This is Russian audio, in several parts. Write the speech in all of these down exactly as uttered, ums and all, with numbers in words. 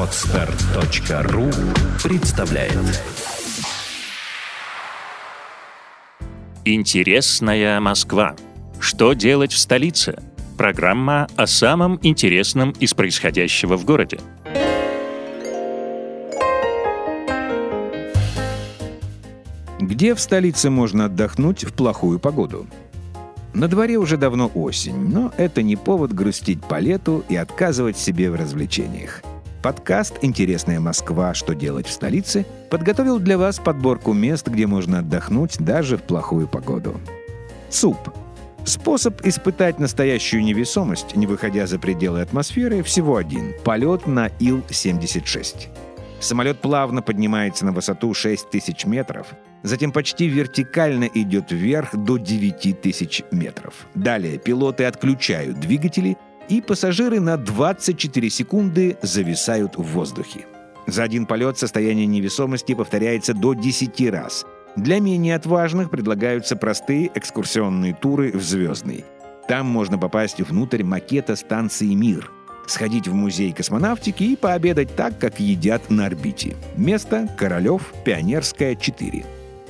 Подстер точка ру представляет. Интересная Москва. Что делать в столице? Программа о самом интересном из происходящего в городе. Где в столице можно отдохнуть в плохую погоду? На дворе уже давно осень, но это не повод грустить по лету и отказывать себе в развлечениях. Подкаст «Интересная Москва. Что делать в столице» подготовил для вас подборку мест, где можно отдохнуть даже в плохую погоду. ЦУП. Способ испытать настоящую невесомость, не выходя за пределы атмосферы, всего один – полет на Ил семьдесят шесть. Самолет плавно поднимается на высоту шесть тысяч метров, затем почти вертикально идет вверх до девять тысяч метров. Далее пилоты отключают двигатели, и пассажиры на двадцать четыре секунды зависают в воздухе. За один полет состояние невесомости повторяется до десяти раз. Для менее отважных предлагаются простые экскурсионные туры в Звездный. Там можно попасть внутрь макета станции «Мир», сходить в музей космонавтики и пообедать так, как едят на орбите. Место – Королев, Пионерская, четыре.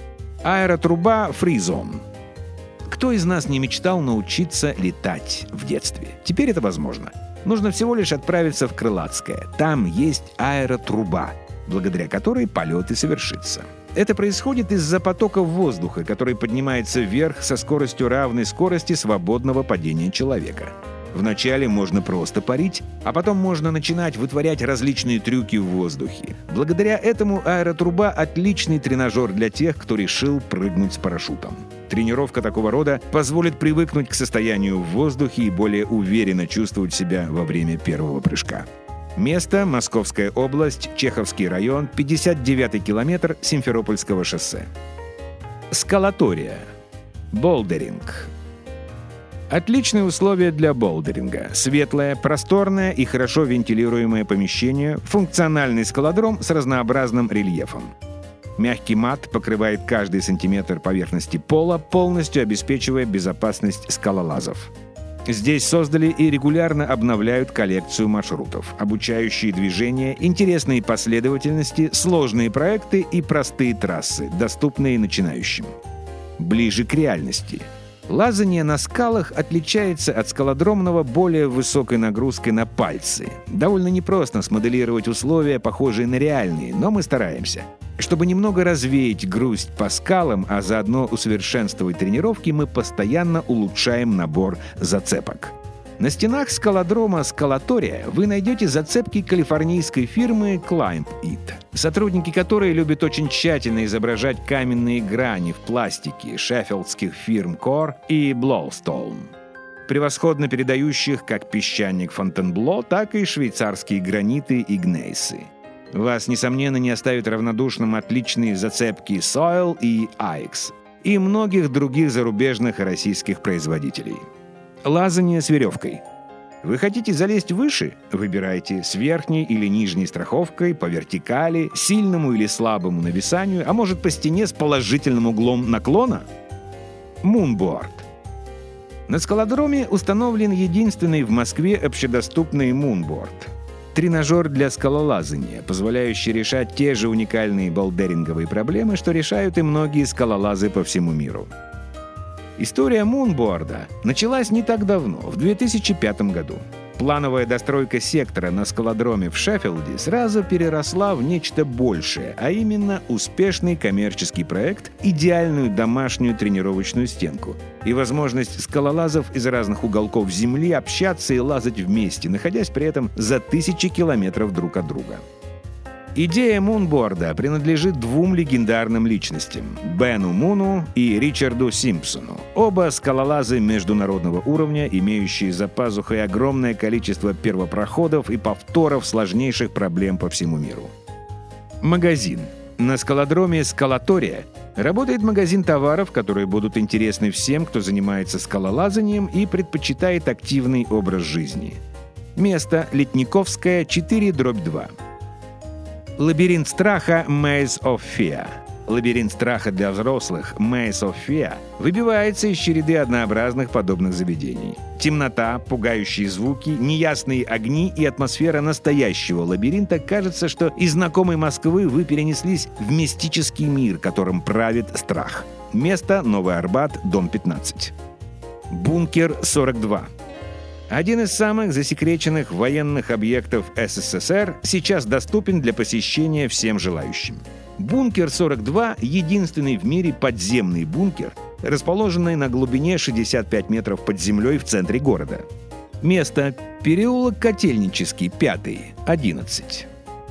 Аэротруба «Фризон». Кто из нас не мечтал научиться летать в детстве? Теперь это возможно. Нужно всего лишь отправиться в Крылатское. Там есть аэротруба, благодаря которой полет и совершится. Это происходит из-за потока воздуха, который поднимается вверх со скоростью, равной скорости свободного падения человека. Вначале можно просто парить, а потом можно начинать вытворять различные трюки в воздухе. Благодаря этому аэротруба – отличный тренажер для тех, кто решил прыгнуть с парашютом. Тренировка такого рода позволит привыкнуть к состоянию в воздухе и более уверенно чувствовать себя во время первого прыжка. Место – Московская область, Чеховский район, пятьдесят девятый километр Симферопольского шоссе. Скалатория. Болдеринг. Отличные условия для болдеринга. Светлое, просторное и хорошо вентилируемое помещение, функциональный скалодром с разнообразным рельефом. Мягкий мат покрывает каждый сантиметр поверхности пола, полностью обеспечивая безопасность скалолазов. Здесь создали и регулярно обновляют коллекцию маршрутов, обучающие движения, интересные последовательности, сложные проекты и простые трассы, доступные начинающим. Ближе к реальности. Лазание на скалах отличается от скалодромного более высокой нагрузкой на пальцы. Довольно непросто смоделировать условия, похожие на реальные, но мы стараемся. Чтобы немного развеять грусть по скалам, а заодно усовершенствовать тренировки, мы постоянно улучшаем набор зацепок. На стенах скалодрома «Скалатория» вы найдете зацепки калифорнийской фирмы Climb It, сотрудники которой любят очень тщательно изображать каменные грани в пластике шеффилдских фирм Core и Blowstone, превосходно передающих как песчаник Фонтенбло, так и швейцарские граниты и гнейсы. Вас, несомненно, не оставят равнодушным отличные зацепки Soil и Aix и многих других зарубежных и российских производителей. Лазание с веревкой. Вы хотите залезть выше? Выбирайте с верхней или нижней страховкой, по вертикали, сильному или слабому нависанию, а может по стене с положительным углом наклона? Мунборд. На скалодроме установлен единственный в Москве общедоступный мунборд. Тренажер для скалолазания, позволяющий решать те же уникальные болдеринговые проблемы, что решают и многие скалолазы по всему миру. История мунборда началась не так давно, в две тысячи пятом году. Плановая достройка сектора на скалодроме в Шеффилде сразу переросла в нечто большее, а именно успешный коммерческий проект, идеальную домашнюю тренировочную стенку и возможность скалолазов из разных уголков Земли общаться и лазать вместе, находясь при этом за тысячи километров друг от друга. Идея мунборда принадлежит двум легендарным личностям – Бену Муну и Ричарду Симпсону. Оба скалолазы международного уровня, имеющие за пазухой огромное количество первопроходов и повторов сложнейших проблем по всему миру. Магазин. На скалодроме «Скалатория» работает магазин товаров, которые будут интересны всем, кто занимается скалолазанием и предпочитает активный образ жизни. Место – Летниковская, четыре дробь два. Лабиринт страха Maze of Fear. лабиринт страха для взрослых Maze of Fear выбивается из череды однообразных подобных заведений. Темнота, пугающие звуки, неясные огни и атмосфера настоящего лабиринта кажется, что из знакомой Москвы вы перенеслись в мистический мир, которым правит страх. Место — Новый Арбат, дом пятнадцать. Бункер сорок два. Один из самых засекреченных военных объектов СССР сейчас доступен для посещения всем желающим. Бункер сорок два — единственный в мире подземный бункер, расположенный на глубине шестьдесят пять метров под землей в центре города. Место — переулок Котельнический, пятый, одиннадцать.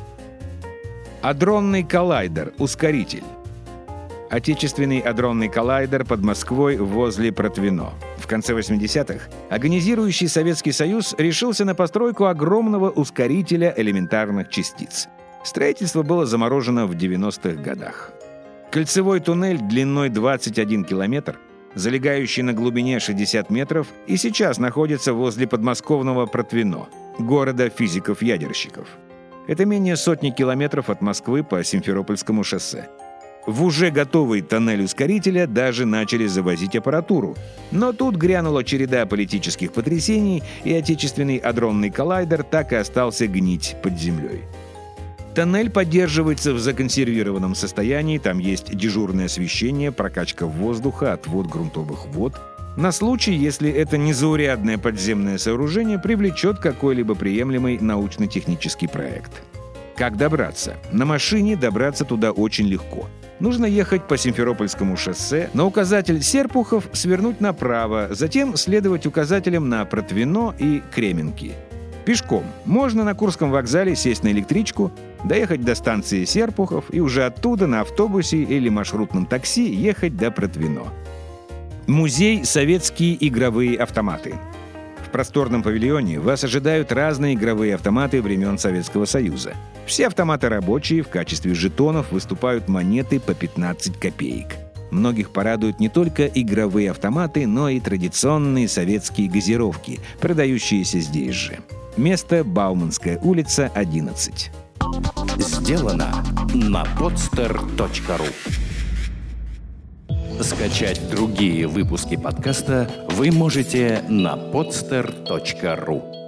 Адронный коллайдер, ускоритель. Отечественный адронный коллайдер под Москвой возле Протвино. В конце восьмидесятых агонизирующий Советский Союз решился на постройку огромного ускорителя элементарных частиц. Строительство было заморожено в девяностых годах. Кольцевой туннель длиной двадцать один километр, залегающий на глубине шестьдесят метров, и сейчас находится возле подмосковного Протвино, города физиков-ядерщиков. Это менее сотни километров от Москвы по Симферопольскому шоссе. В уже готовый тоннель ускорителя даже начали завозить аппаратуру. Но тут грянула череда политических потрясений, и отечественный адронный коллайдер так и остался гнить под землей. Тоннель поддерживается в законсервированном состоянии, там есть дежурное освещение, прокачка воздуха, отвод грунтовых вод. На случай, если это незаурядное подземное сооружение привлечет какой-либо приемлемый научно-технический проект. Как добраться? На машине добраться туда очень легко. Нужно ехать по Симферопольскому шоссе, на указатель Серпухов свернуть направо, затем следовать указателям на Протвино и Кременки. Пешком. Можно на Курском вокзале сесть на электричку, доехать до станции Серпухов и уже оттуда на автобусе или маршрутном такси ехать до Протвино. Музей «Советские игровые автоматы». В просторном павильоне вас ожидают разные игровые автоматы времен Советского Союза. Все автоматы рабочие, в качестве жетонов выступают монеты по пятнадцать копеек. Многих порадуют не только игровые автоматы, но и традиционные советские газировки, продающиеся здесь же. Место — Бауманская улица, одиннадцать. Сделано на подстер точка ру. Скачать другие выпуски подкаста вы можете на подстер точка ру.